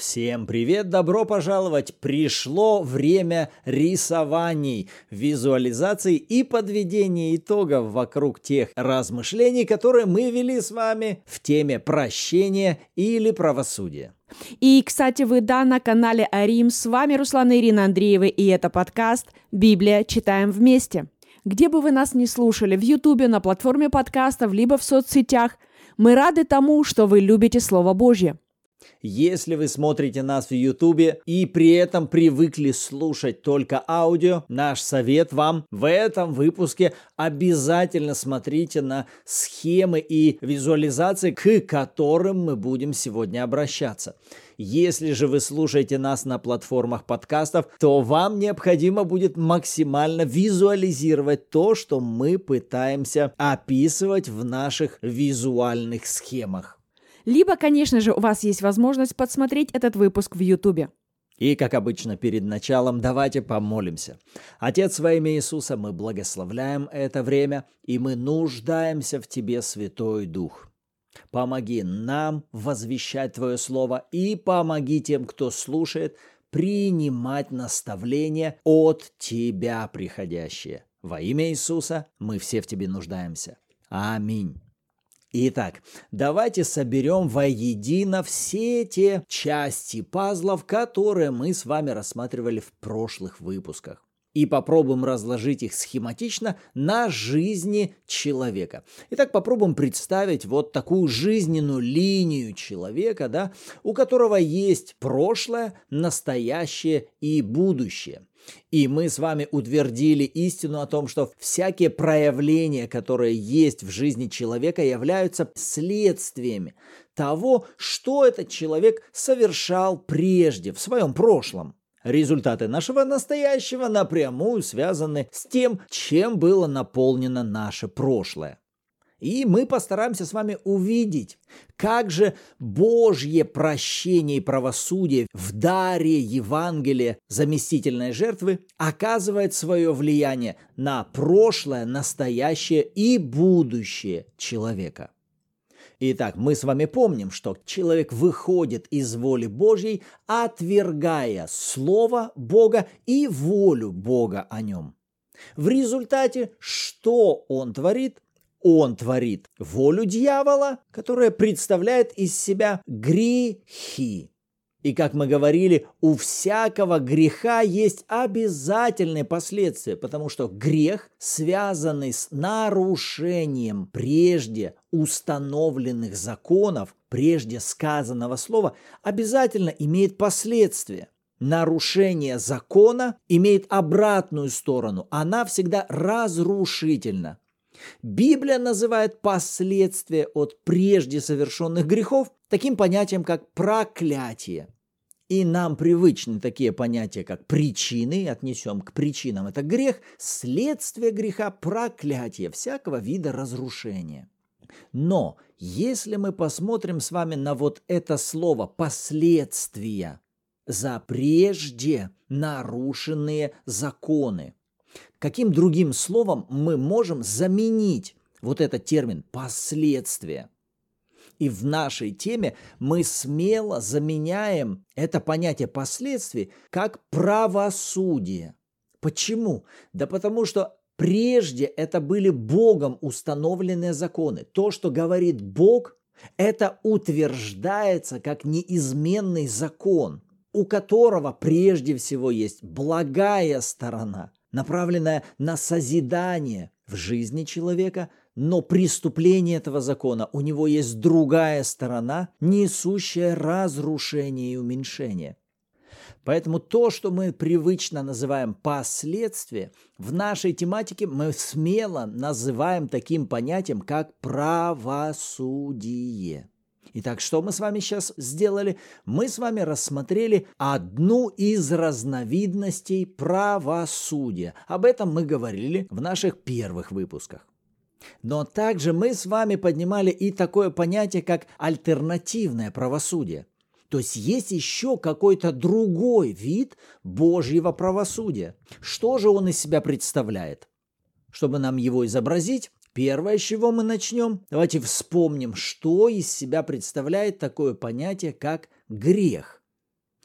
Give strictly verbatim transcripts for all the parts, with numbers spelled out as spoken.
Всем привет, добро пожаловать! Пришло время рисований, визуализаций и подведения итогов вокруг тех размышлений, которые мы вели с вами в теме прощения или правосудия. И, кстати, вы, да, на канале Арим. С вами Руслана и Ирина Андреевы, и это подкаст «Библия. Читаем вместе». Где бы вы нас ни слушали, в Ютубе, на платформе подкастов, либо в соцсетях, мы рады тому, что вы любите Слово Божье. Если вы смотрите нас в Ютубе и при этом привыкли слушать только аудио, наш совет вам в этом выпуске: обязательно смотрите на схемы и визуализации, к которым мы будем сегодня обращаться. Если же вы слушаете нас на платформах подкастов, то вам необходимо будет максимально визуализировать то, что мы пытаемся описывать в наших визуальных схемах. Либо, конечно же, у вас есть возможность подсмотреть этот выпуск в Ютубе. И, как обычно, перед началом давайте помолимся. Отец, во имя Иисуса, мы благословляем это время, и мы нуждаемся в Тебе, Святой Дух. Помоги нам возвещать Твое Слово и помоги тем, кто слушает, принимать наставления от Тебя приходящие. Во имя Иисуса мы все в Тебе нуждаемся. Аминь. Итак, давайте соберем воедино все те части пазлов, которые мы с вами рассматривали в прошлых выпусках, и попробуем разложить их схематично на жизни человека. Итак, попробуем представить вот такую жизненную линию человека, да, у которого есть прошлое, настоящее и будущее. И мы с вами утвердили истину о том, что всякие проявления, которые есть в жизни человека, являются следствиями того, что этот человек совершал прежде, в своем прошлом. Результаты нашего настоящего напрямую связаны с тем, чем было наполнено наше прошлое. И мы постараемся с вами увидеть, как же Божье прощение и правосудие в даре Евангелия заместительной жертвы оказывает свое влияние на прошлое, настоящее и будущее человека. Итак, мы с вами помним, что человек выходит из воли Божьей, отвергая Слово Бога и волю Бога о нем. В результате что он творит? Он творит волю дьявола, которая представляет из себя грехи. И, как мы говорили, у всякого греха есть обязательные последствия, потому что грех, связанный с нарушением прежде установленных законов, прежде сказанного слова, обязательно имеет последствия. Нарушение закона имеет обратную сторону, она всегда разрушительна. Библия называет последствия от прежде совершенных грехов таким понятием, как проклятие. И нам привычны такие понятия, как причины, отнесем к причинам. Это грех, следствие греха, проклятие, всякого вида разрушения. Но если мы посмотрим с вами на вот это слово «последствия» за прежде нарушенные законы, каким другим словом мы можем заменить вот этот термин «последствия»? И в нашей теме мы смело заменяем это понятие последствий как правосудие. Почему? Да потому что прежде это были Богом установленные законы. То, что говорит Бог, это утверждается как неизменный закон, у которого прежде всего есть благая сторона, направленная на созидание в жизни человека, но преступление этого закона, у него есть другая сторона, несущая разрушение и уменьшение. Поэтому то, что мы привычно называем последствия, в нашей тематике мы смело называем таким понятием, как правосудие. Итак, что мы с вами сейчас сделали? Мы с вами рассмотрели одну из разновидностей правосудия. Об этом мы говорили в наших первых выпусках. Но также мы с вами поднимали и такое понятие, как альтернативное правосудие. То есть есть еще какой-то другой вид Божьего правосудия. Что же он из себя представляет? Чтобы нам его изобразить, первое, с чего мы начнем, давайте вспомним, что из себя представляет такое понятие, как грех.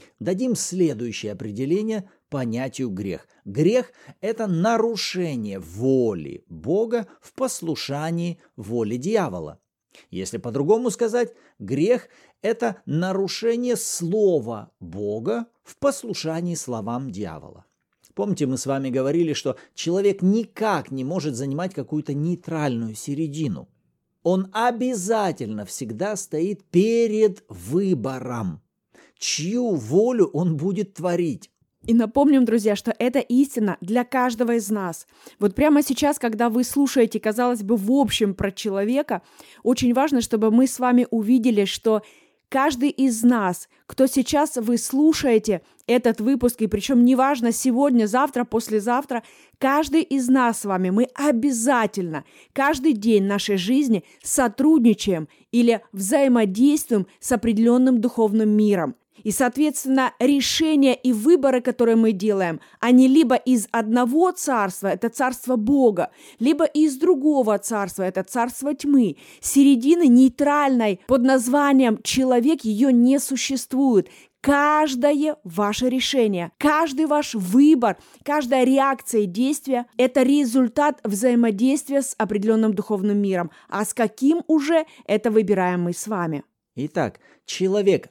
Дадим следующее определение понятию грех. Грех – это нарушение воли Бога в послушании воле дьявола. Если по-другому сказать, грех – это нарушение слова Бога в послушании словам дьявола. Помните, мы с вами говорили, что человек никак не может занимать какую-то нейтральную середину. Он обязательно всегда стоит перед выбором, чью волю он будет творить. И напомним, друзья, что это истина для каждого из нас. Вот прямо сейчас, когда вы слушаете, казалось бы, в общем про человека, очень важно, чтобы мы с вами увидели, что каждый из нас, кто сейчас вы слушаете этот выпуск, и причем неважно сегодня, завтра, послезавтра, каждый из нас с вами, мы обязательно каждый день нашей жизни сотрудничаем или взаимодействуем с определенным духовным миром. И, соответственно, решения и выборы, которые мы делаем, они либо из одного царства, это царство Бога, либо из другого царства, это царство тьмы. Середины нейтральной под названием «человек» ее не существует. Каждое ваше решение, каждый ваш выбор, каждая реакция и действие – это результат взаимодействия с определенным духовным миром. А с каким уже – это выбираем мы с вами. Итак, человек,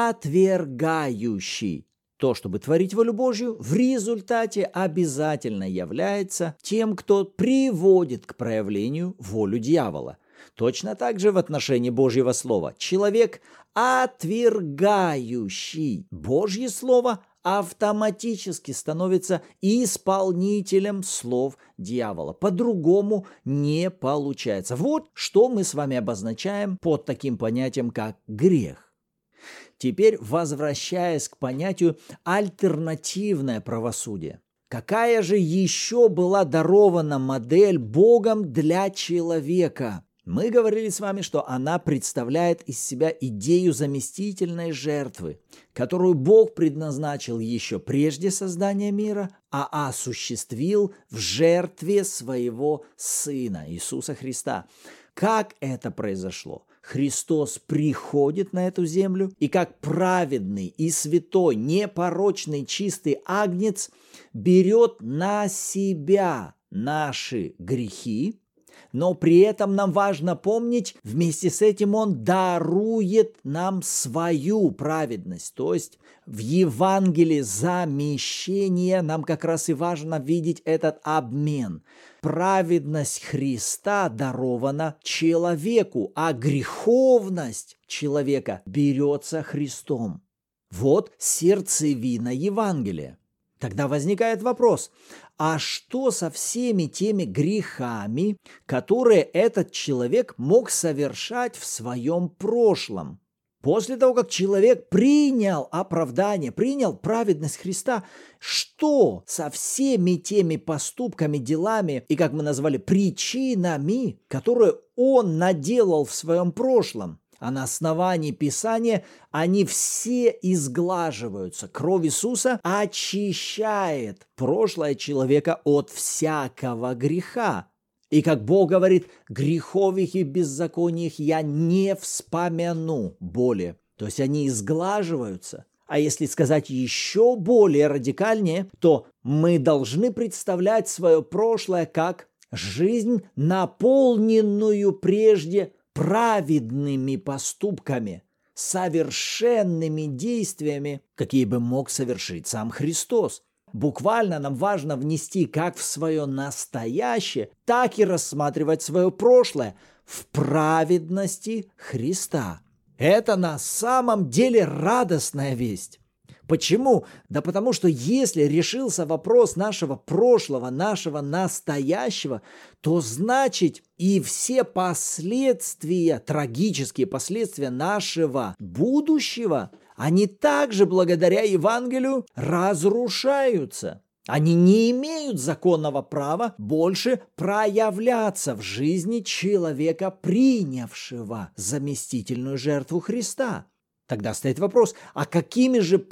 отвергающий то, чтобы творить волю Божью, в результате обязательно является тем, кто приводит к проявлению волю дьявола. Точно так же в отношении Божьего Слова. Человек, отвергающий Божье Слово, автоматически становится исполнителем слов дьявола. По-другому не получается. Вот что мы с вами обозначаем под таким понятием, как грех. Теперь, возвращаясь к понятию альтернативное правосудие. Какая же еще была дарована модель Богом для человека? Мы говорили с вами, что она представляет из себя идею заместительной жертвы, которую Бог предназначил еще прежде создания мира, а осуществил в жертве своего Сына Иисуса Христа. Как это произошло? Христос приходит на эту землю и как праведный и святой, непорочный, чистый агнец берет на себя наши грехи, но при этом нам важно помнить, вместе с этим Он дарует нам свою праведность. То есть в Евангелии замещения нам как раз и важно видеть этот обмен. Праведность Христа дарована человеку, а греховность человека берется Христом. Вот сердцевина Евангелия. Тогда возникает вопрос, а что со всеми теми грехами, которые этот человек мог совершать в своем прошлом? После того, как человек принял оправдание, принял праведность Христа, что со всеми теми поступками, делами и, как мы назвали, причинами, которые он наделал в своем прошлом? А на основании Писания они все изглаживаются. Кровь Иисуса очищает прошлое человека от всякого греха. И как Бог говорит, грехов их и беззаконий их я не вспомяну более. То есть они изглаживаются. А если сказать еще более радикальнее, то мы должны представлять свое прошлое как жизнь, наполненную прежде праведными поступками, совершенными действиями, какие бы мог совершить сам Христос. Буквально нам важно внести как в свое настоящее, так и рассматривать свое прошлое в праведности Христа. Это на самом деле радостная весть. Почему? Да потому что если решился вопрос нашего прошлого, нашего настоящего, то значит и все последствия, трагические последствия нашего будущего, они также благодаря Евангелию разрушаются. Они не имеют законного права больше проявляться в жизни человека, принявшего заместительную жертву Христа. Тогда стоит вопрос, а какими же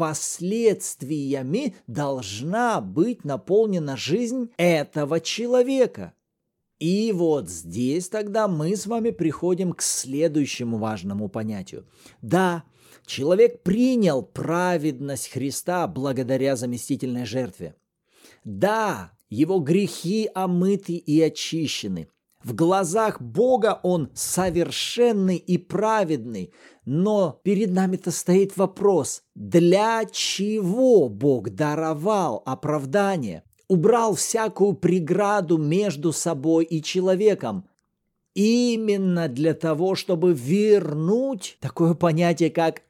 последствиями должна быть наполнена жизнь этого человека? И вот здесь тогда мы с вами приходим к следующему важному понятию. Да, человек принял праведность Христа благодаря заместительной жертве. Да, его грехи омыты и очищены. В глазах Бога он совершенный и праведный. Но перед нами-то стоит вопрос, для чего Бог даровал оправдание? Убрал всякую преграду между собой и человеком. Именно для того, чтобы вернуть такое понятие, как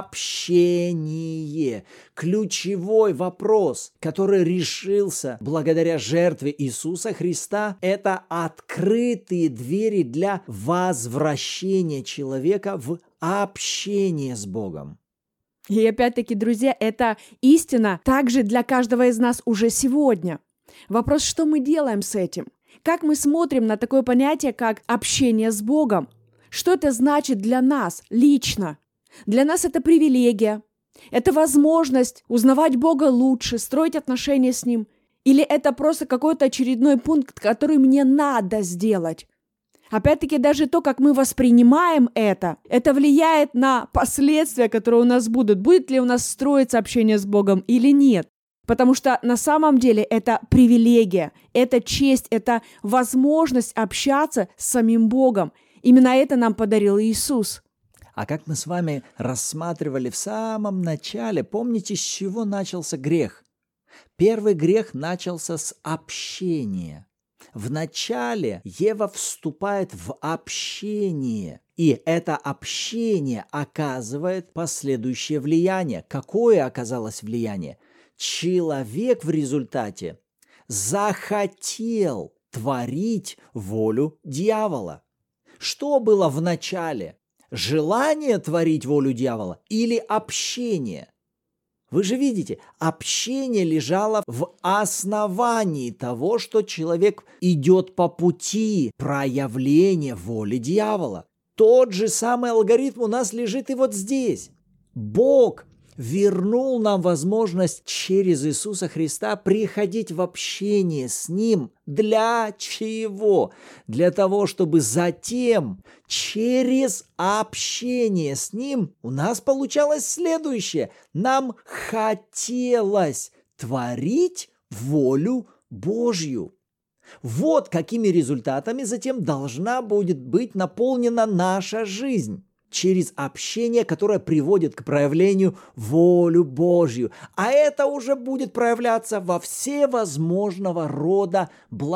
общение. Ключевой вопрос, который решился благодаря жертве Иисуса Христа, это открытые двери для возвращения человека в общение с Богом. И опять-таки, друзья, это истина также для каждого из нас уже сегодня. Вопрос, что мы делаем с этим? Как мы смотрим на такое понятие, как общение с Богом? Что это значит для нас лично? Для нас это привилегия, это возможность узнавать Бога лучше, строить отношения с Ним. Или это просто какой-то очередной пункт, который мне надо сделать? Опять-таки, даже то, как мы воспринимаем это, это влияет на последствия, которые у нас будут. Будет ли у нас строиться общение с Богом или нет. Потому что на самом деле это привилегия, это честь, это возможность общаться с самим Богом. Именно это нам подарил Иисус. А как мы с вами рассматривали в самом начале, помните, с чего начался грех? Первый грех начался с общения. Вначале Ева вступает в общение, и это общение оказывает последующее влияние. Какое оказалось влияние? Человек в результате захотел творить волю дьявола. Что было в начале? Желание творить волю дьявола или общение? Вы же видите, общение лежало в основании того, что человек идет по пути проявления воли дьявола. Тот же самый алгоритм у нас лежит и вот здесь. Бог вернул нам возможность через Иисуса Христа приходить в общение с Ним. Для чего? Для того, чтобы затем через общение с Ним у нас получалось следующее. Нам хотелось творить волю Божью. Вот какими результатами затем должна будет быть наполнена наша жизнь. Через общение, которое приводит к проявлению волю Божью. А это уже будет проявляться во всевозможного рода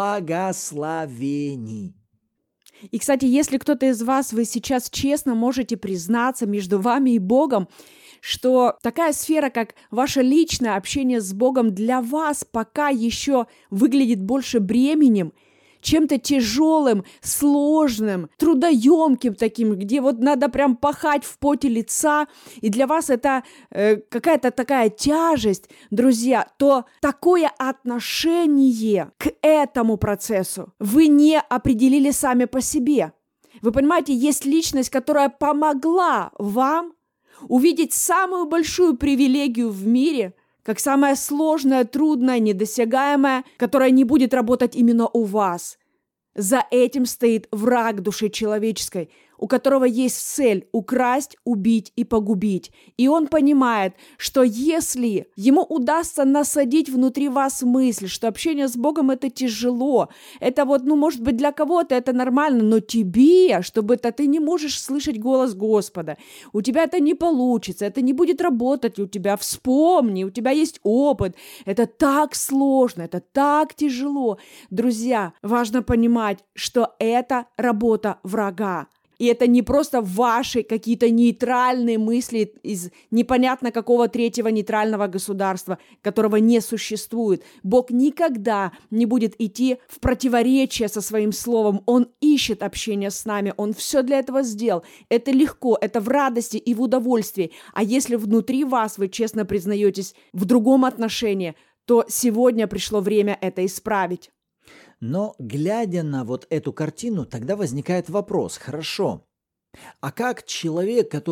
благословений. И, кстати, если кто-то из вас, вы сейчас честно можете признаться между вами и Богом, что такая сфера, как ваше личное общение с Богом, для вас пока еще выглядит больше бременем, чем-то тяжелым, сложным, трудоемким таким, где вот надо прям пахать в поте лица, и для вас это э, какая-то такая тяжесть, друзья, то такое отношение к этому процессу вы не определили сами по себе. Вы понимаете, есть личность, которая помогла вам увидеть самую большую привилегию в мире, как самое сложное, трудное, недосягаемое, которое не будет работать именно у вас. За этим стоит враг души человеческой, у которого есть цель украсть, убить и погубить. И он понимает, что если ему удастся насадить внутри вас мысль, что общение с Богом – это тяжело, это вот, ну, может быть, для кого-то это нормально, но тебе, чтобы это ты не можешь слышать голос Господа, у тебя это не получится, это не будет работать у тебя, вспомни, у тебя есть опыт, это так сложно, это так тяжело. Друзья, важно понимать, что это работа врага. И это не просто ваши какие-то нейтральные мысли из непонятно какого третьего нейтрального государства, которого не существует. Бог никогда не будет идти в противоречие со своим словом. Он ищет общение с нами, Он все для этого сделал. Это легко, это в радости и в удовольствии. А если внутри вас вы честно признаетесь в другом отношении, то сегодня пришло время это исправить. Но, глядя на вот эту картину, тогда возникает вопрос, хорошо, а как человек, который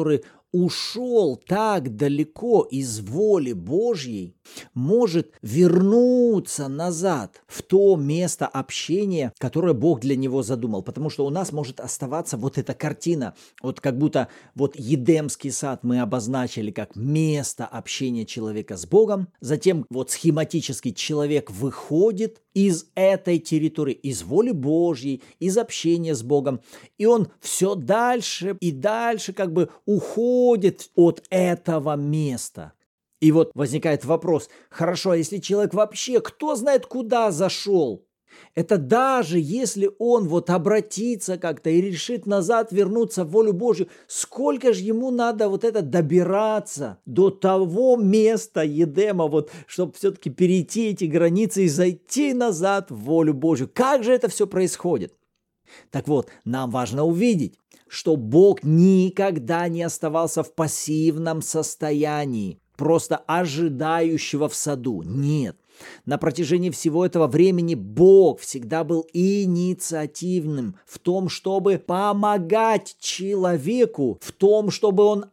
ушел так далеко из воли Божьей, может вернуться назад в то место общения, которое Бог для него задумал. Потому что у нас может оставаться вот эта картина, вот как будто вот Едемский сад мы обозначили как место общения человека с Богом, затем вот схематически человек выходит из этой территории, из воли Божьей, из общения с Богом, и он все дальше и дальше как бы уходит от этого места. И вот возникает вопрос, хорошо, а если человек вообще, кто знает, куда зашел? Это даже если он вот обратится как-то и решит назад вернуться в волю Божью, сколько же ему надо вот это добираться до того места Едема, вот, чтобы все-таки перейти эти границы и зайти назад в волю Божью. Как же это все происходит? Так вот, нам важно увидеть, что Бог никогда не оставался в пассивном состоянии, просто ожидающего в саду. Нет. На протяжении всего этого времени Бог всегда был инициативным в том, чтобы помогать человеку, в том, чтобы он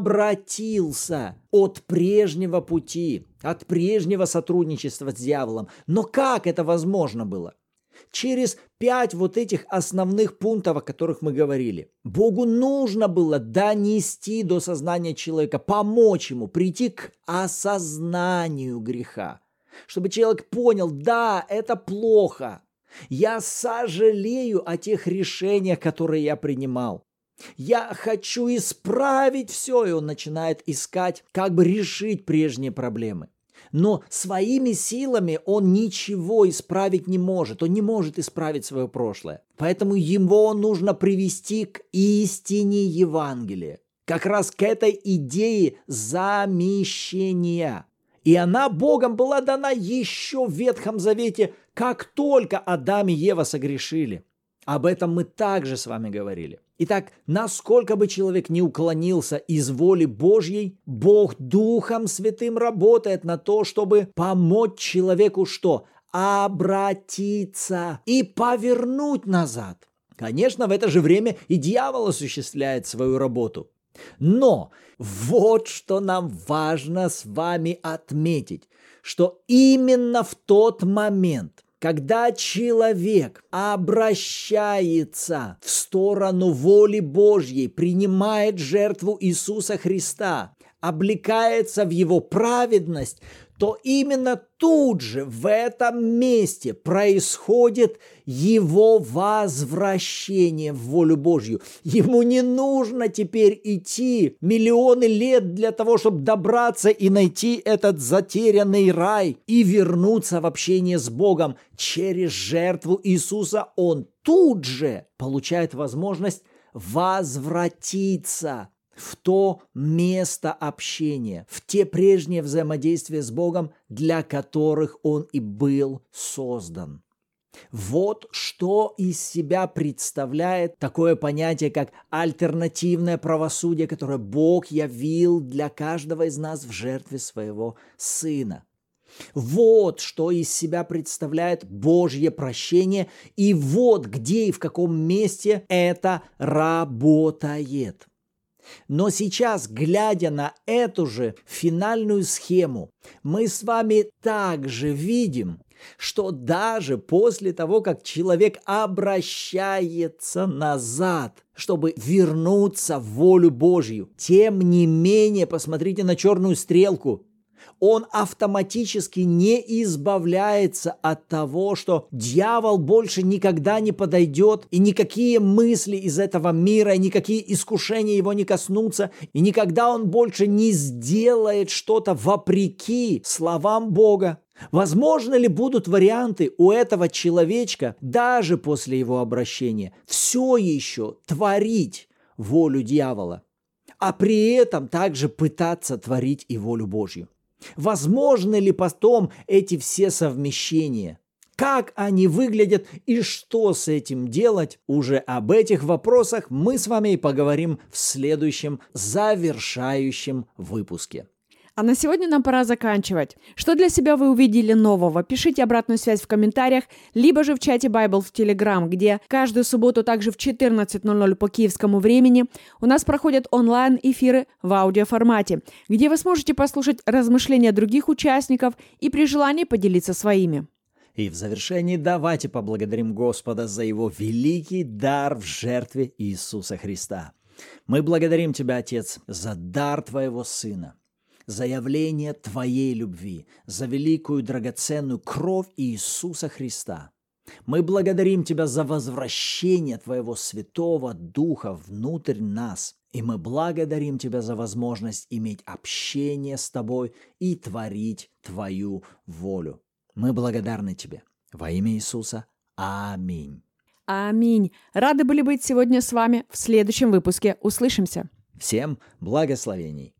обратился от прежнего пути, от прежнего сотрудничества с дьяволом. Но как это возможно было? Через пять вот этих основных пунктов, о которых мы говорили. Богу нужно было донести до сознания человека, помочь ему прийти к осознанию греха. Чтобы человек понял, да, это плохо. Я сожалею о тех решениях, которые я принимал. Я хочу исправить все, и он начинает искать, как бы решить прежние проблемы. Но своими силами он ничего исправить не может. Он не может исправить свое прошлое. Поэтому его нужно привести к истине Евангелия. Как раз к этой идее замещения. И она Богом была дана еще в Ветхом Завете, как только Адам и Ева согрешили. Об этом мы также с вами говорили. Итак, насколько бы человек ни уклонился из воли Божьей, Бог Духом Святым работает на то, чтобы помочь человеку что? Обратиться и повернуть назад. Конечно, в это же время и дьявол осуществляет свою работу. Но вот что нам важно с вами отметить, что именно в тот момент, когда человек обращается в сторону воли Божьей, принимает жертву Иисуса Христа, облекается в его праведность, то именно тут же, в этом месте происходит его возвращение в волю Божью. Ему не нужно теперь идти миллионы лет для того, чтобы добраться и найти этот затерянный рай и вернуться в общение с Богом. Через жертву Иисуса он тут же получает возможность возвратиться в то место общения, в те прежние взаимодействия с Богом, для которых он и был создан. Вот что из себя представляет такое понятие, как альтернативное правосудие, которое Бог явил для каждого из нас в жертве своего Сына. Вот что из себя представляет Божье прощение, и вот где и в каком месте это работает. Но сейчас, глядя на эту же финальную схему, мы с вами также видим, что даже после того, как человек обращается назад, чтобы вернуться в волю Божью, тем не менее, посмотрите на черную стрелку, он автоматически не избавляется от того, что дьявол больше никогда не подойдет, и никакие мысли из этого мира, и никакие искушения его не коснутся, и никогда он больше не сделает что-то вопреки словам Бога. Возможно ли будут варианты у этого человечка, даже после его обращения, все еще творить волю дьявола, а при этом также пытаться творить и волю Божью? Возможны ли потом эти все совмещения? Как они выглядят и что с этим делать? Уже об этих вопросах мы с вами и поговорим в следующем завершающем выпуске. А на сегодня нам пора заканчивать. Что для себя вы увидели нового? Пишите обратную связь в комментариях, либо же в чате Bible в Telegram, где каждую субботу также в четырнадцать ноль ноль по киевскому времени у нас проходят онлайн-эфиры в аудиоформате, где вы сможете послушать размышления других участников и при желании поделиться своими. И в завершении давайте поблагодарим Господа за Его великий дар в жертве Иисуса Христа. Мы благодарим Тебя, Отец, за дар Твоего Сына, за явление Твоей любви, за великую драгоценную кровь Иисуса Христа. Мы благодарим Тебя за возвращение Твоего Святого Духа внутрь нас. И мы благодарим Тебя за возможность иметь общение с Тобой и творить Твою волю. Мы благодарны Тебе. Во имя Иисуса. Аминь. Аминь. Рады были быть сегодня с вами. В следующем выпуске услышимся. Всем благословений.